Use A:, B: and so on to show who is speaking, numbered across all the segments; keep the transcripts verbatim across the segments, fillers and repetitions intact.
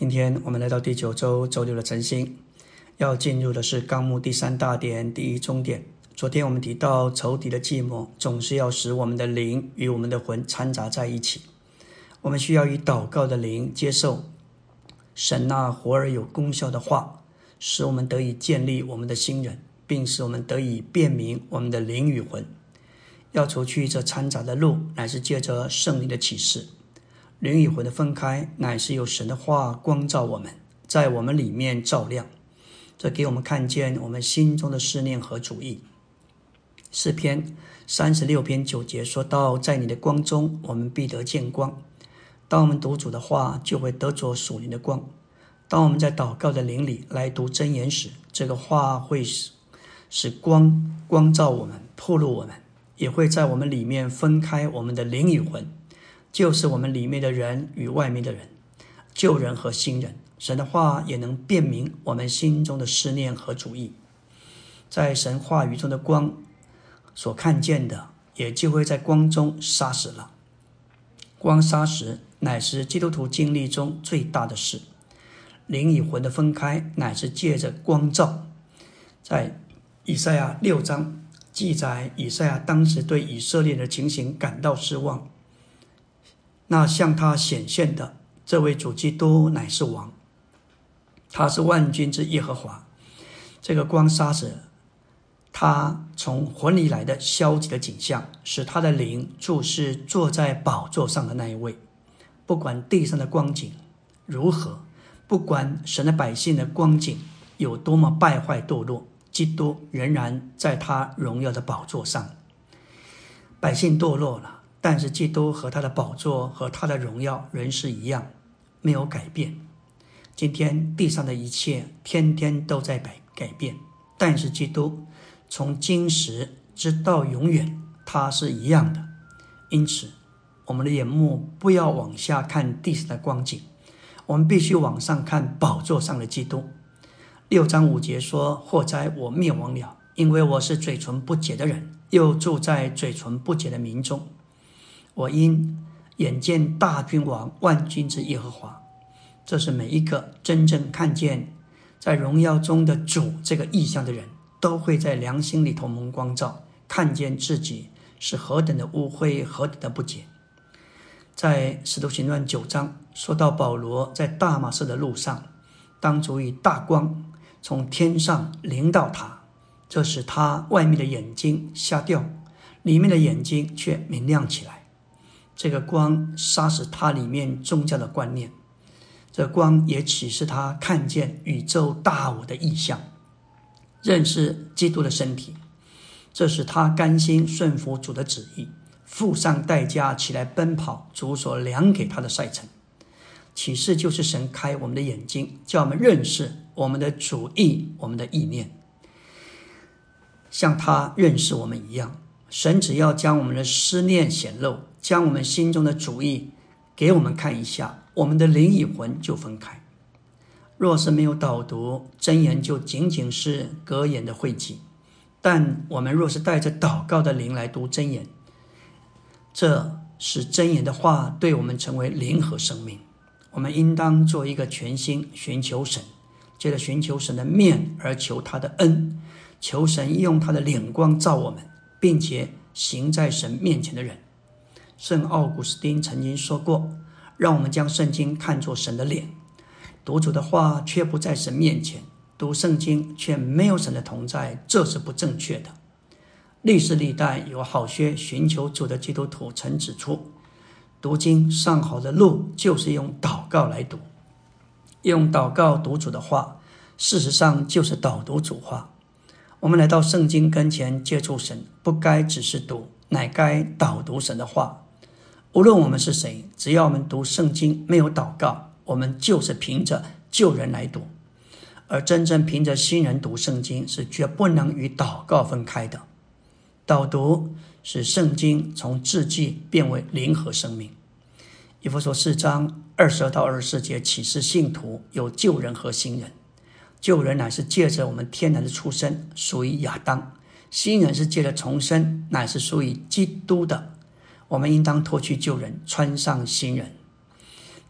A: 今天我们来到第九周周六的晨星，要进入的是纲目第三大点第一中点。昨天我们提到仇敌的计谋总是要使我们的灵与我们的魂掺杂在一起，我们需要以祷告的灵接受神那活而有功效的话，使我们得以建立我们的新人，并使我们得以辨明我们的灵与魂。要除去这掺杂的路，乃是借着圣灵的启示。灵与魂的分开，乃是由神的话光照我们，在我们里面照亮，这给我们看见我们心中的思念和主意。诗篇三十六篇九节说到，在你的光中我们必得见光。当我们读主的话，就会得着属灵的光。当我们在祷告的灵里来读箴言时，这个话会使使光光照我们，暴露我们，也会在我们里面分开我们的灵与魂，就是我们里面的人与外面的人，旧人和新人。神的话也能辨明我们心中的思念和主意。在神话语中的光所看见的，也就会在光中杀死了。光杀死乃是基督徒经历中最大的事。灵与魂的分开乃是借着光照。在以赛亚六章记载，以赛亚当时对以色列的情形感到失望。那向他显现的这位主基督乃是王，他是万军之耶和华。这个光杀死他从魂里来的消极的景象，使他的灵注视坐在宝座上的那一位。不管地上的光景如何，不管神的百姓的光景有多么败坏堕落，基督仍然在他荣耀的宝座上。百姓堕落了，但是基督和他的宝座和他的荣耀仍是一样，没有改变。今天地上的一切天天都在改改变，但是基督从今时直到永远，他是一样的。因此我们的眼目不要往下看地上的光景，我们必须往上看宝座上的基督。六章五节说，祸哉我灭亡了，因为我是嘴唇不洁的人，又住在嘴唇不洁的民中。我因眼见大君王万军之耶和华。这是每一个真正看见在荣耀中的主这个意象的人，都会在良心里头蒙光照，看见自己是何等的污秽，何等的不洁。在使徒行传九章说到，保罗在大马士的路上，当主以大光从天上临到他，这使他外面的眼睛瞎掉，里面的眼睛却明亮起来。这个光杀死他里面宗教的观念，这光也启示他看见宇宙大我的意象，认识基督的身体。这使他甘心顺服主的旨意，付上代价起来奔跑主所量给他的赛程。启示就是神开我们的眼睛，叫我们认识我们的主意，我们的意念，像他认识我们一样。神只要将我们的思念显露，将我们心中的主意给我们看一下，我们的灵与魂就分开。若是没有导读，箴言就仅仅是格言的汇集。但我们若是带着祷告的灵来读箴言，这使箴言的话对我们成为灵和生命。我们应当做一个全心寻求神，借着寻求神的面而求他的恩，求神用他的脸光照我们，并且行在神面前的人。圣奥古斯丁曾经说过，让我们将圣经看作神的脸，读主的话却不在神面前，读圣经却没有神的同在，这是不正确的。历世历代有好些寻求主的基督徒曾指出，读经上好的路就是用祷告来读，用祷告读主的话，事实上就是导读主话。我们来到圣经跟前接触神，不该只是读，乃该导读神的话。无论我们是谁，只要我们读圣经没有祷告，我们就是凭着旧人来读。而真正凭着新人读圣经，是绝不能与祷告分开的。导读使圣经从字句变为灵和生命。以弗所四章二十二到二十四节启示信徒有旧人和新人。旧人乃是借着我们天然的出身，属于亚当；新人是借着重生，乃是属于基督的。我们应当脱去旧人，穿上新人。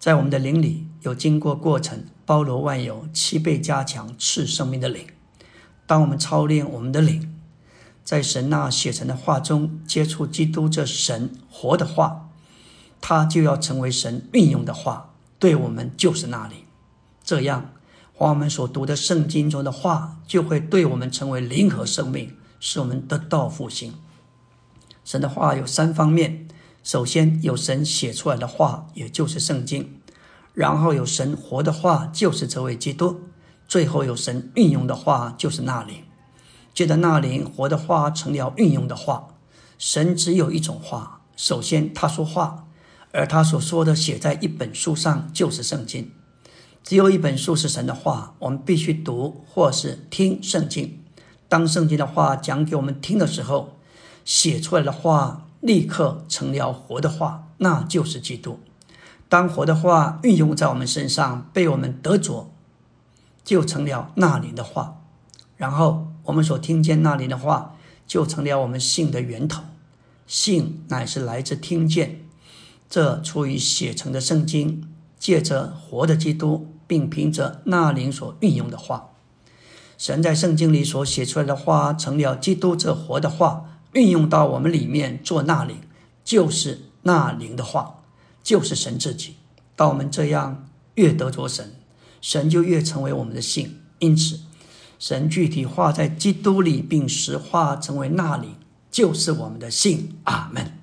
A: 在我们的灵里有经过过程，包罗万有，七倍加强赐生命的灵。当我们操练我们的灵，在神那写成的话中接触基督这神活的话，它就要成为神运用的话，对我们就是那灵。这样我们所读的圣经中的话就会对我们成为灵和生命，使我们得到复兴。神的话有三方面，首先有神写出来的话，也就是圣经，然后有神活的话，就是这位基督，最后有神运用的话，就是那灵。接着那灵活的话成了运用的话。神只有一种话，首先他说话，而他所说的写在一本书上，就是圣经。只有一本书是神的话，我们必须读或是听圣经。当圣经的话讲给我们听的时候，写出来的话立刻成了活的话，那就是基督。当活的话运用在我们身上，被我们得着，就成了那灵的话。然后我们所听见那灵的话，就成了我们信的源头。信乃是来自听见，这出于写成的圣经，借着活的基督，并凭着那灵所运用的话。神在圣经里所写出来的话，成了基督这活的话，运用到我们里面做那灵，就是那灵的话，就是神自己。当我们这样越得着神，神就越成为我们的信。因此神具体化在基督里，并实化成为那灵，就是我们的信。阿们。